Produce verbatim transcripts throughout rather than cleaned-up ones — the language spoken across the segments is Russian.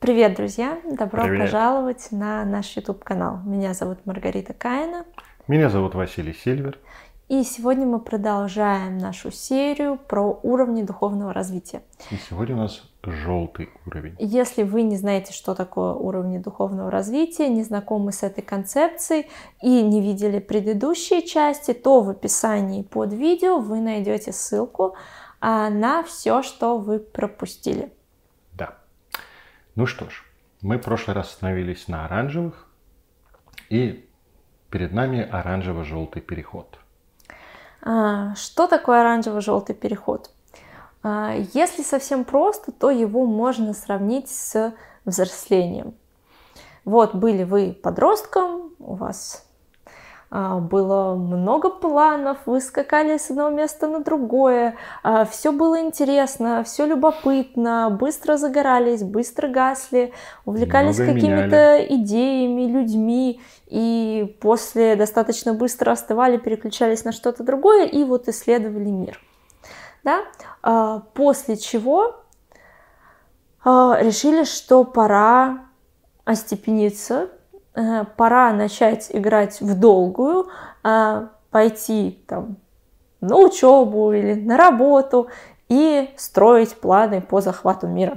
Привет, друзья! Добро Привет. пожаловать на наш YouTube-канал. Меня зовут Маргарита Каина. Меня зовут Василий Сильвер. И сегодня мы продолжаем нашу серию про уровни духовного развития. И сегодня у нас желтый уровень. Если вы не знаете, что такое уровни духовного развития, не знакомы с этой концепцией и не видели предыдущие части, то в описании под видео вы найдете ссылку а, на все, что вы пропустили. Да. Ну что ж, мы в прошлый раз остановились на оранжевых, и перед нами оранжево-желтый переход. А, Что такое оранжево-желтый переход? А, Если совсем просто, то его можно сравнить с взрослением. Вот были вы подростком, у вас а, было много планов, вы скакали с одного места на другое, все было интересно, все любопытно, быстро загорались, быстро гасли, увлекались Многое какими-то идеями, людьми, и после достаточно быстро остывали, переключались на что-то другое и вот исследовали мир. Да? А, После чего а, решили, что пора остепениться, э, пора начать играть в долгую, а, пойти там на учебу или на работу и строить планы по захвату мира.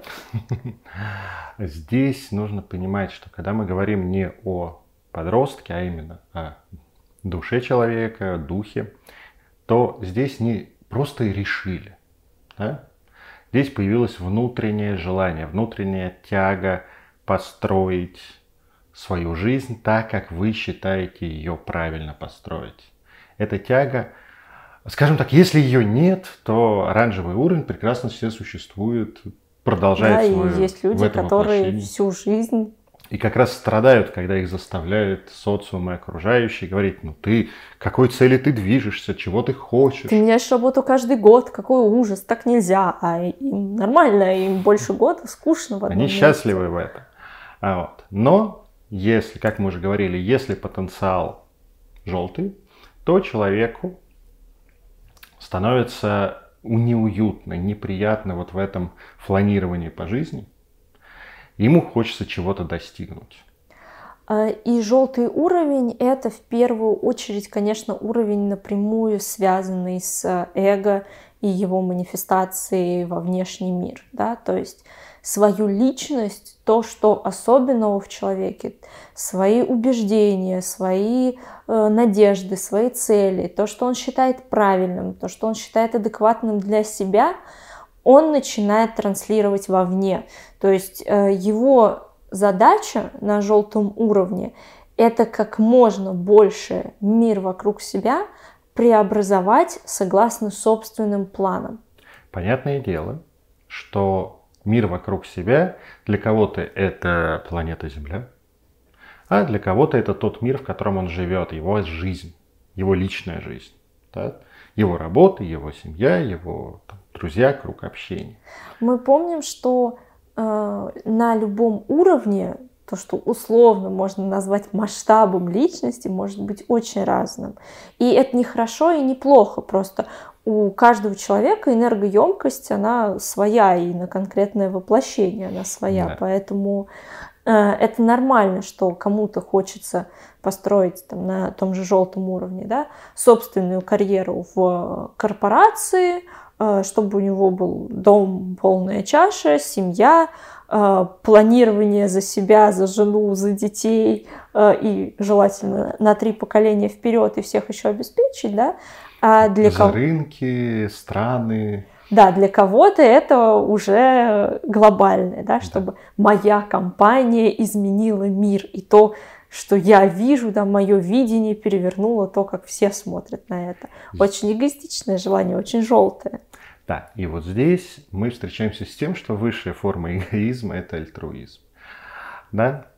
Здесь нужно понимать, что когда мы говорим не о подростке, а именно о душе человека, духе, то здесь не просто решили. Да? Здесь появилось внутреннее желание, внутренняя тяга построить свою жизнь так, как вы считаете ее правильно построить. Эта тяга, скажем так, если ее нет, то оранжевый уровень прекрасно все существует, продолжает Да, свое и есть люди, в этом которые воплощении. всю жизнь... И как раз страдают, когда их заставляют социум и окружающие говорить: ну ты, к какой цели ты движешься, чего ты хочешь. Ты меняешь работу каждый год, какой ужас, так нельзя. А им нормально, им больше года, скучно в одном Они месте. счастливы в этом. А вот. Но если, как мы уже говорили, если потенциал желтый, то человеку становится неуютно, неприятно вот в этом фланировании по жизни. Ему хочется чего-то достигнуть. И желтый уровень — это в первую очередь, конечно, уровень напрямую связанный с эго и его манифестацией во внешний мир. Да? То есть свою личность, то, что особенного в человеке, свои убеждения, свои э, надежды, свои цели, то, что он считает правильным, то, что он считает адекватным для себя, он начинает транслировать вовне. То есть э, его задача на желтом уровне — это как можно больше мир вокруг себя преобразовать согласно собственным планам. Понятное дело, что мир вокруг себя для кого-то это планета Земля, а для кого-то это тот мир, в котором он живет, его жизнь, его личная жизнь, да? Его работа, его семья, его там, друзья, круг общения. Мы помним, что э, на любом уровне то, что условно можно назвать масштабом личности, может быть очень разным. И это не хорошо и не плохо, просто у каждого человека энергоемкость, она своя, и на конкретное воплощение она своя. Да. Поэтому э, это нормально, что кому-то хочется построить там, на том же желтом уровне, да, собственную карьеру в корпорации, э, чтобы у него был дом, полная чаша, семья, э, планирование за себя, за жену, за детей э, и желательно на три поколения вперед и всех еще обеспечить, да. А для За кого... рынки, страны. Да, для кого-то это уже глобальное, да, чтобы да. моя компания изменила мир, и то, что я вижу, да, мое видение перевернуло то, как все смотрят на это. Очень эгоистичное желание, очень желтое. Да, и вот здесь мы встречаемся с тем, что высшая форма эгоизма – это альтруизм. Да?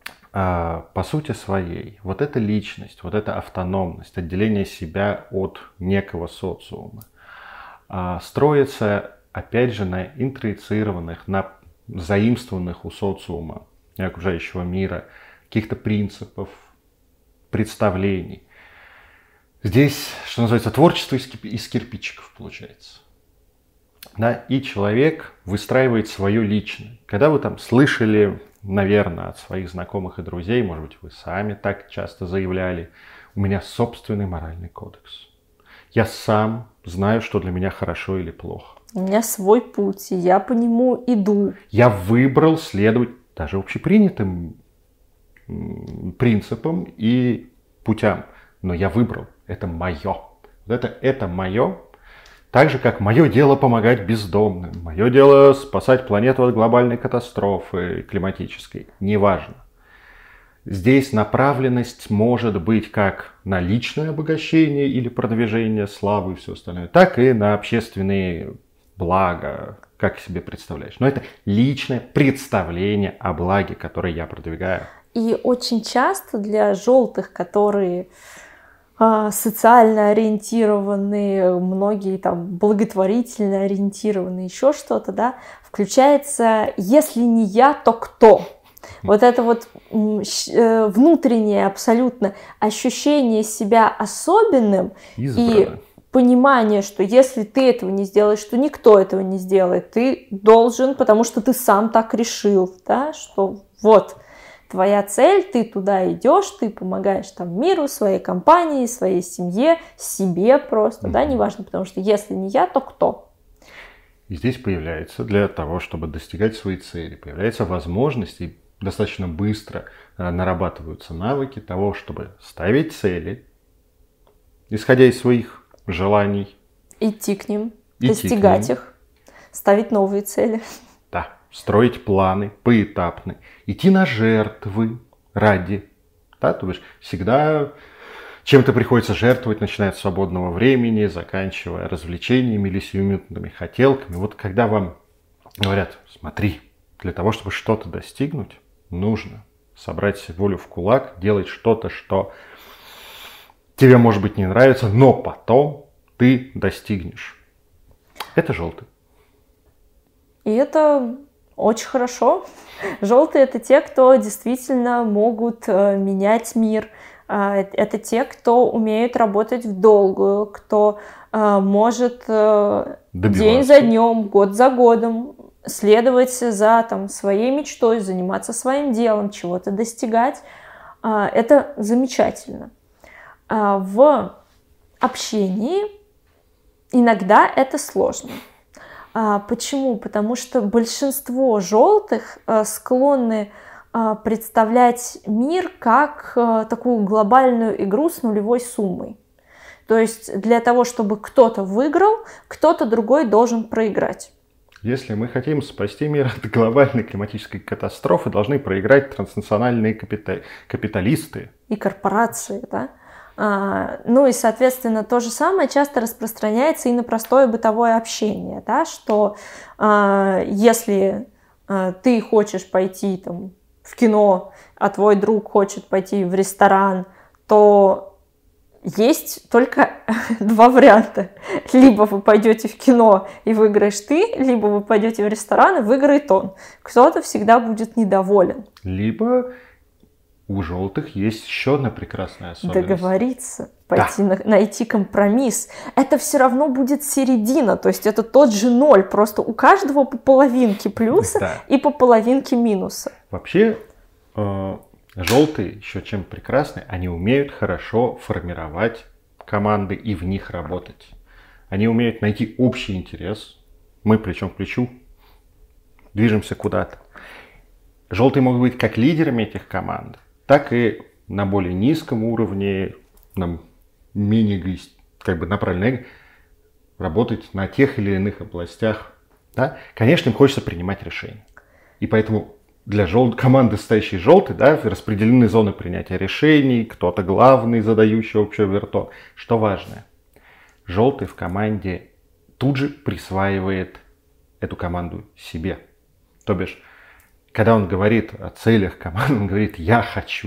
А, по сути своей, вот эта личность, вот эта автономность, отделение себя от некого социума а, строится, опять же, на интроицированных, на заимствованных у социума и окружающего мира каких-то принципов, представлений. Здесь, что называется, творчество из кирпичиков получается. Да, и человек выстраивает свое личное. Когда вы там слышали, наверное, от своих знакомых и друзей, может быть, вы сами так часто заявляли, у меня собственный моральный кодекс. Я сам знаю, что для меня хорошо или плохо. У меня свой путь, и я по нему иду. Я выбрал следовать даже общепринятым принципам и путям. Но я выбрал. Это мое. Вот это, это мое. Так же, как мое дело помогать бездомным. Мое дело спасать планету от глобальной катастрофы климатической. Неважно. Здесь направленность может быть как на личное обогащение или продвижение славы и все остальное, так и на общественные блага, как себе представляешь. Но это личное представление о благе, которое я продвигаю. И очень часто для желтых, которые э, социально ориентированные, многие там благотворительно ориентированные, еще что-то, да, включается «если не я, то кто?». Вот это вот э, внутреннее абсолютно ощущение себя особенным Избранным. И понимание, что если ты этого не сделаешь, то никто этого не сделает. Ты должен, потому что ты сам так решил, да, что вот твоя цель, ты туда идешь, ты помогаешь там миру, своей компании, своей семье, себе просто, mm-hmm. да, неважно, потому что если не я, то кто? И здесь появляется для того, чтобы достигать своей цели, появляется возможность и достаточно быстро нарабатываются навыки того, чтобы ставить цели, исходя из своих желаний. Идти к ним, идти достигать к ним. их, ставить новые цели. Да, строить планы поэтапно, идти на жертвы ради. Да, то есть всегда чем-то приходится жертвовать, начиная от свободного времени, заканчивая развлечениями или сиюминутными хотелками. Вот когда вам говорят, смотри, для того, чтобы что-то достигнуть, нужно собрать волю в кулак, делать что-то, что тебе, может быть, не нравится, но потом ты достигнешь. Это желтый. И это очень хорошо. Желтые — это те, кто действительно могут менять мир. Это те, кто умеют работать в долгую, кто может добиваться. День за днем, год за годом следовать за там, своей мечтой, заниматься своим делом, чего-то достигать. Это замечательно. В общении иногда это сложно. Почему? Потому что большинство желтых склонны представлять мир как такую глобальную игру с нулевой суммой. То есть для того, чтобы кто-то выиграл, кто-то другой должен проиграть. Если мы хотим спасти мир от глобальной климатической катастрофы, должны проиграть транснациональные капита... капиталисты. И корпорации, да. А, ну и, соответственно, то же самое часто распространяется и на простое бытовое общение, да, что а, если а, ты хочешь пойти там, в кино, а твой друг хочет пойти в ресторан, то есть только два варианта. Либо вы пойдете в кино и выиграешь ты, либо вы пойдете в ресторан и выиграет он. Кто-то всегда будет недоволен. Либо у желтых есть еще одна прекрасная особенность. Договориться, пойти да. на, найти компромисс. Это все равно будет середина, то есть это тот же ноль, просто у каждого по половинке плюса да. и по половинке минуса. Вообще, э, желтые еще чем прекрасны, они умеют хорошо формировать команды и в них работать. Они умеют найти общий интерес, мы плечом к плечу движемся куда-то. Желтые могут быть как лидерами этих команд, так и на более низком уровне, на менее как бы направленно работать на тех или иных областях. Да? Конечно, им хочется принимать решения. И поэтому для жел... команды, стоящей желтой, да, распределены зоны принятия решений, кто-то главный, задающий общий овертон. Что важно, желтый в команде тут же присваивает эту команду себе. То бишь, когда он говорит о целях команды, он говорит «я хочу».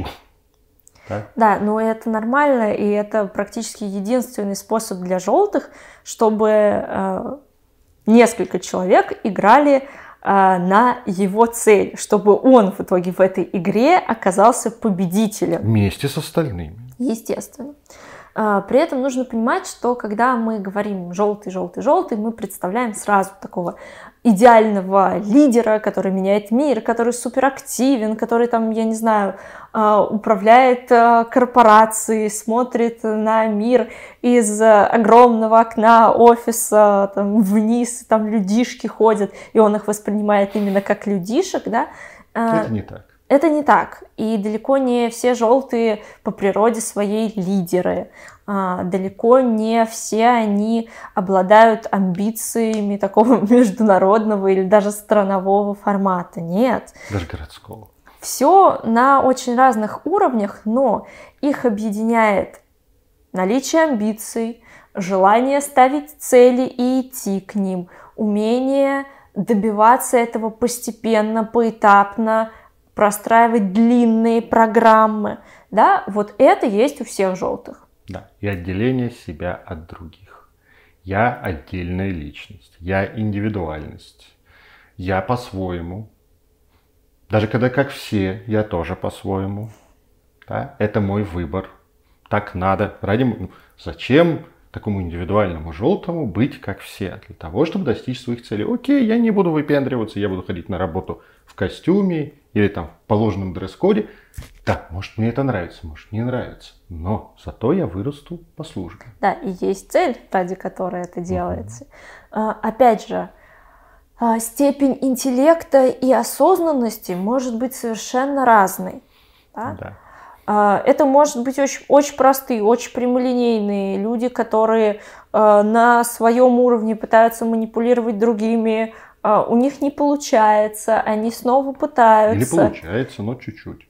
Да? Да, но это нормально, и это практически единственный способ для желтых, чтобы э, несколько человек играли э, на его цель, чтобы он в итоге в этой игре оказался победителем. Вместе с остальными. Естественно. При этом нужно понимать, что когда мы говорим «желтый, желтый, желтый», мы представляем сразу такого идеального лидера, который меняет мир, который суперактивен, который там, я не знаю, управляет корпорацией, смотрит на мир из огромного окна офиса там, вниз, там людишки ходят, и он их воспринимает именно как людишек, да? Это не так. Это не так. И далеко не все желтые по природе своей лидеры. А, далеко не все они обладают амбициями такого международного или даже странового формата. Нет. Даже городского. Все на очень разных уровнях, но их объединяет наличие амбиций, желание ставить цели и идти к ним, умение добиваться этого постепенно, поэтапно, простраивать длинные программы, да, вот это есть у всех желтых. Да, и отделение себя от других. Я отдельная личность, я индивидуальность, я по-своему. Даже когда как все, я тоже по-своему. Да? Это мой выбор. Так надо. Ради... Зачем такому индивидуальному желтому быть как все? Для того, чтобы достичь своих целей. Окей, я не буду выпендриваться, я буду ходить на работу в костюме или там в положенном дресс-коде. Да, может мне это нравится, может не нравится. Но зато я вырасту по службе. Да, и есть цель, ради которой это делается. Uh-huh. Опять же, степень интеллекта и осознанности может быть совершенно разной. Да? Да. Это может быть очень, очень простые, очень прямолинейные люди, которые на своем уровне пытаются манипулировать другими, у них не получается, они снова пытаются. Или получается, но чуть-чуть.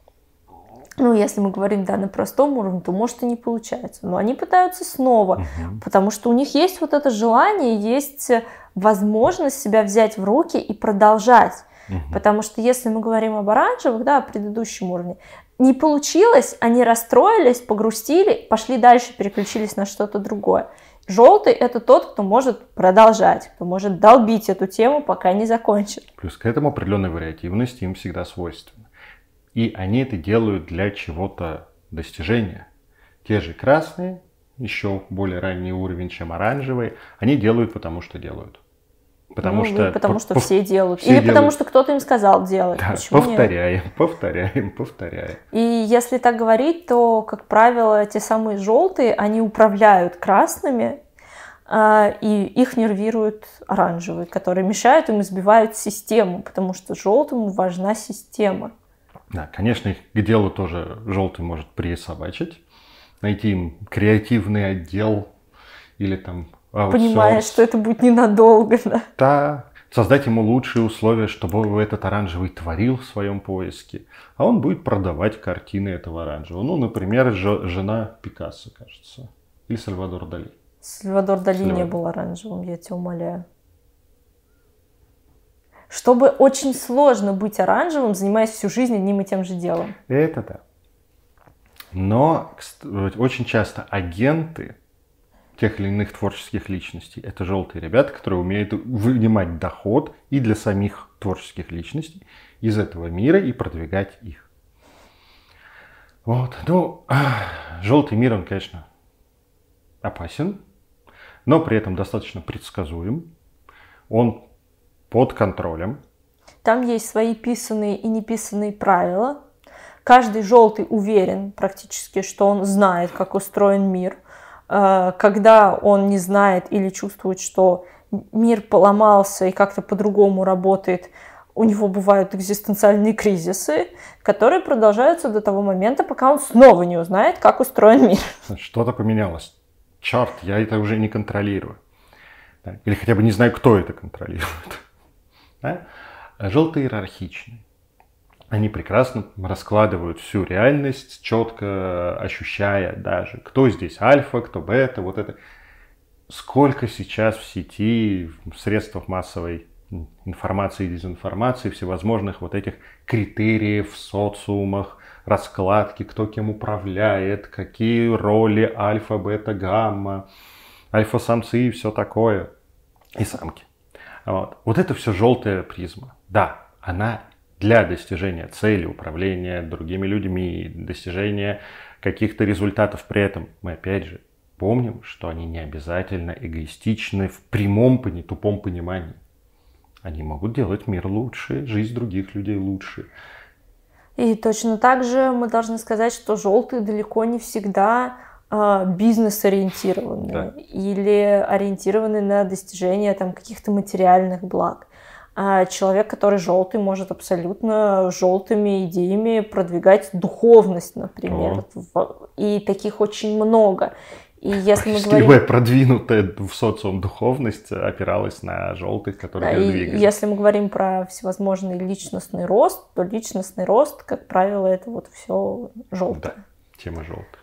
Ну, если мы говорим, да, на простом уровне, то может и не получается. Но они пытаются снова, угу. потому что у них есть вот это желание, есть возможность себя взять в руки и продолжать. Угу. Потому что если мы говорим об оранжевых, да, о предыдущем уровне, не получилось, они расстроились, погрустили, пошли дальше, переключились на что-то другое. Желтый – это тот, кто может продолжать, кто может долбить эту тему, пока не закончит. Плюс к этому определенная вариативность им всегда свойственна. И они это делают для чего-то достижения. Те же красные, еще более ранний уровень, чем оранжевые, они делают потому, что делают. Потому ну, что, потому что по- все делают. Все Или делают. потому что кто-то им сказал делать. Да, Почему повторяем, нет? повторяем, повторяем. И если так говорить, то, как правило, те самые желтые, они управляют красными, и их нервируют оранжевые, которые мешают им, избивают систему, потому что желтому важна система. Да, конечно, их к делу тоже желтый может присобачить, найти им креативный отдел или там аутсорс. Понимая, что это будет ненадолго, да. Да, создать ему лучшие условия, чтобы этот оранжевый творил в своем поиске, а он будет продавать картины этого оранжевого. Ну, например, жена Пикассо, кажется, или Сальвадор Дали. Сальвадор Дали Сальвадор. Не был оранжевым, я тебя умоляю. Чтобы очень сложно быть оранжевым, занимаясь всю жизнь одним и тем же делом. Это да. Но очень часто агенты тех или иных творческих личностей — это желтые ребята, которые умеют вынимать доход и для самих творческих личностей из этого мира и продвигать их. Вот. Ну, желтый мир, он, конечно, опасен, но при этом достаточно предсказуем. Он под контролем. Там есть свои писанные и неписанные правила. Каждый желтый уверен практически, что он знает, как устроен мир. Когда он не знает или чувствует, что мир поломался и как-то по-другому работает, у него бывают экзистенциальные кризисы, которые продолжаются до того момента, пока он снова не узнает, как устроен мир. Что-то поменялось. Черт, я это уже не контролирую. Или хотя бы не знаю, кто это контролирует. Да? Желтые иерархичны. Они прекрасно раскладывают всю реальность, четко ощущая даже, кто здесь альфа, кто бета, вот это. Сколько сейчас в сети, в средствах массовой информации и дезинформации, всевозможных вот этих критериев в социумах, раскладки, кто кем управляет, какие роли альфа, бета, гамма, альфа-самцы и все такое, и самки. Вот. Вот это все желтая призма. Да, она для достижения цели, управления другими людьми, достижения каких-то результатов. При этом мы опять же помним, что они не обязательно эгоистичны в прямом, не тупом понимании. Они могут делать мир лучше, жизнь других людей лучше. И точно так же мы должны сказать, что желтые далеко не всегда э, бизнес-ориентированы, да, или ориентированы на достижение там, каких-то материальных благ. А человек, который желтый, может абсолютно желтыми идеями продвигать духовность, например. О. И таких очень много. И если мы говорим... Любая продвинутая в социум духовность опиралась на желтых, которые да, ее двигали. Если мы говорим про всевозможный личностный рост, то личностный рост, как правило, это вот все желтое. Да, тема желтых.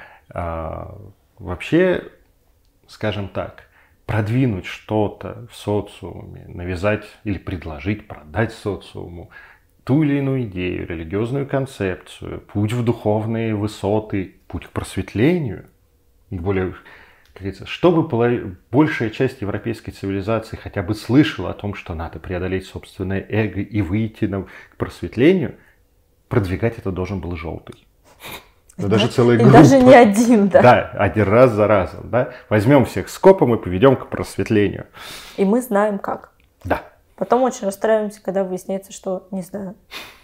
А, вообще, скажем так, продвинуть что-то в социуме, навязать или предложить, продать социуму ту или иную идею, религиозную концепцию, путь в духовные высоты, путь к просветлению, более, как говорится, чтобы большая часть европейской цивилизации хотя бы слышала о том, что надо преодолеть собственное эго и выйти на, к просветлению, продвигать это должен был желтый. Да, даже целая группа. Даже не один, да. Да, один раз за разом. Да? Возьмем всех скопом и поведем к просветлению. И мы знаем как. Да. Потом очень расстраиваемся, когда выясняется, что не знаем.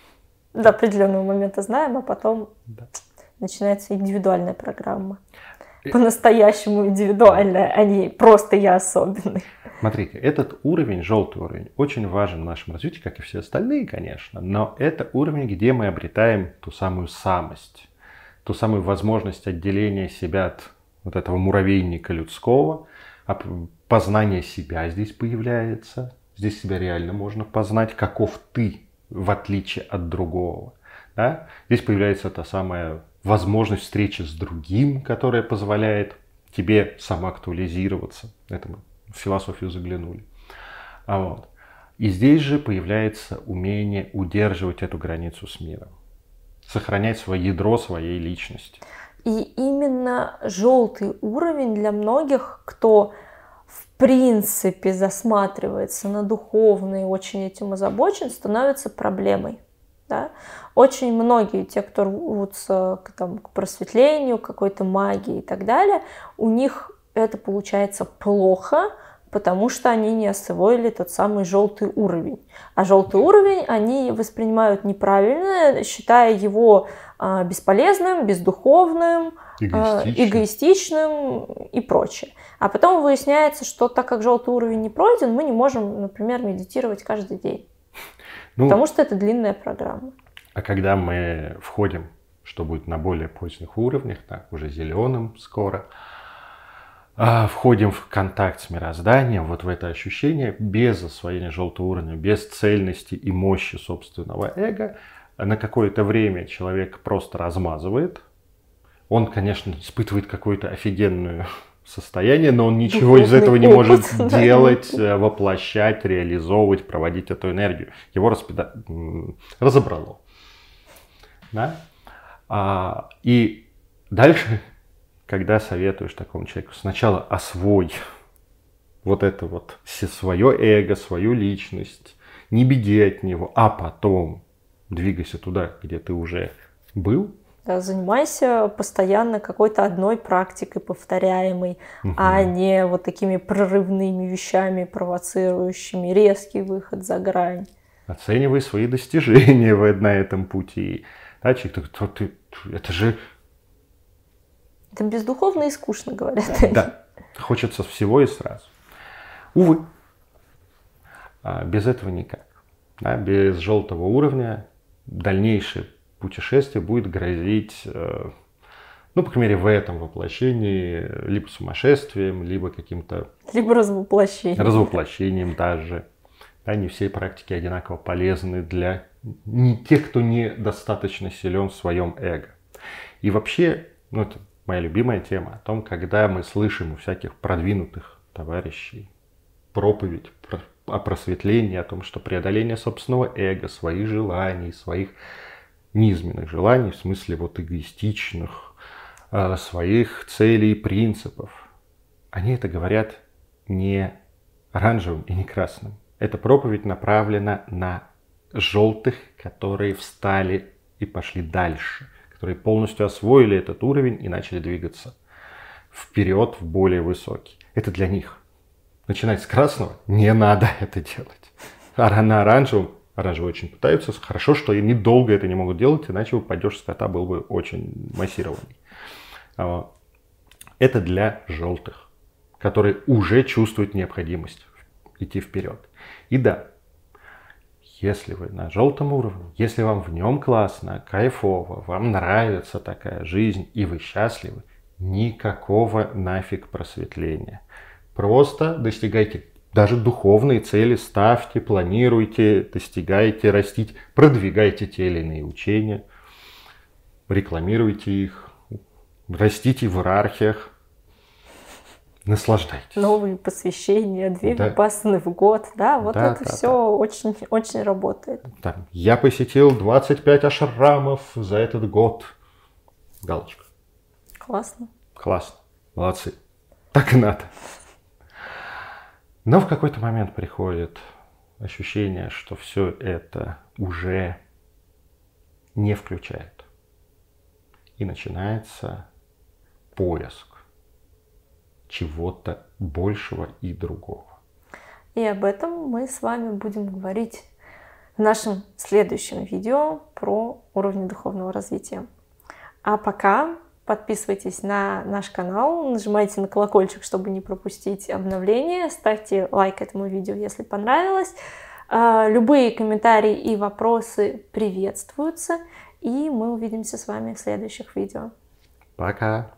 До определенного момента знаем, а потом да. начинается индивидуальная программа. По-настоящему индивидуальная, а не просто я особенный. Смотрите, этот уровень, желтый уровень, очень важен в нашем развитии, как и все остальные, конечно. Но это уровень, где мы обретаем ту самую самость, ту самую возможность отделения себя от вот этого муравейника людского, познание себя здесь появляется. Здесь себя реально можно познать, каков ты, в отличие от другого. Да? Здесь появляется та самая возможность встречи с другим, которая позволяет тебе самоактуализироваться. Это мы в философию заглянули. А вот. И здесь же появляется умение удерживать эту границу с миром. Сохранять свое ядро своей личности. И именно желтый уровень для многих, кто в принципе засматривается на духовное и очень этим озабочен, становится проблемой. Да? Очень многие, те, кто рвутся к, там, к просветлению, к какой-то магии и так далее, у них это получается плохо, потому что они не освоили тот самый желтый уровень. А желтый уровень они воспринимают неправильно, считая его а, бесполезным, бездуховным, эгоистичным. эгоистичным и прочее. А потом выясняется, что так как желтый уровень не пройден, мы не можем, например, медитировать каждый день. Ну, потому что это длинная программа. А когда мы входим, что будет на более поздних уровнях, так, уже зеленым скоро, входим в контакт с мирозданием, вот в это ощущение, без освоения желтого уровня, без цельности и мощи собственного эго, на какое-то время человек просто размазывает. Он, конечно, испытывает какое-то офигенное состояние, но он ничего Духовный из этого не опыт, может да, делать, да. воплощать, реализовывать, проводить эту энергию. Его распеда... разобрало. Да? А, и дальше, когда советуешь такому человеку, сначала освой вот это вот свое эго, свою личность, не беги от него, а потом двигайся туда, где ты уже был. Да, занимайся постоянно какой-то одной практикой повторяемой, угу. а не вот такими прорывными вещами, провоцирующими резкий выход за грань. Оценивай свои достижения на этом пути. Да, человек, то ты, это же... Это бездуховно и скучно, говорят. Да, хочется всего и сразу. Увы, без этого никак. Да, без желтого уровня дальнейшее путешествие будет грозить, ну, по крайней мере, в этом воплощении, либо сумасшествием, либо каким-то... Либо развоплощением. Развоплощением даже. Да, не все практики одинаково полезны для не тех, кто недостаточно силен в своем эго. И вообще, ну, это моя любимая тема, о том, когда мы слышим у всяких продвинутых товарищей проповедь о просветлении, о том, что преодоление собственного эго, своих желаний, своих низменных желаний, в смысле вот эгоистичных, своих целей и принципов. Они это говорят не оранжевым и не красным. Эта проповедь направлена на желтых, которые встали и пошли дальше, которые полностью освоили этот уровень и начали двигаться вперед в более высокий. Это для них. Начинать с красного не надо это делать. А на оранжевом, оранжевые очень пытаются, хорошо, что они долго это не могут делать, иначе упадешь скота был бы очень массированный. Это для желтых, которые уже чувствуют необходимость идти вперед. И да, если вы на желтом уровне, если вам в нем классно, кайфово, вам нравится такая жизнь и вы счастливы, никакого нафиг просветления. Просто достигайте даже духовные цели, ставьте, планируйте, достигайте, растите, продвигайте те или иные учения, рекламируйте их, растите в иерархиях. Наслаждайтесь. Новые посвящения, две да. випассаны в год. Да, вот да, это да, все да. очень, очень работает. Да. Я посетил двадцать пять ашрамов за этот год. Галочка. Классно. Классно. Молодцы. Так и надо. Но в какой-то момент приходит ощущение, что все это уже не включает. И начинается поиск чего-то большего и другого. И об этом мы с вами будем говорить в нашем следующем видео про уровни духовного развития. А пока подписывайтесь на наш канал, нажимайте на колокольчик, чтобы не пропустить обновления, ставьте лайк этому видео, если понравилось. Любые комментарии и вопросы приветствуются, и мы увидимся с вами в следующих видео. Пока!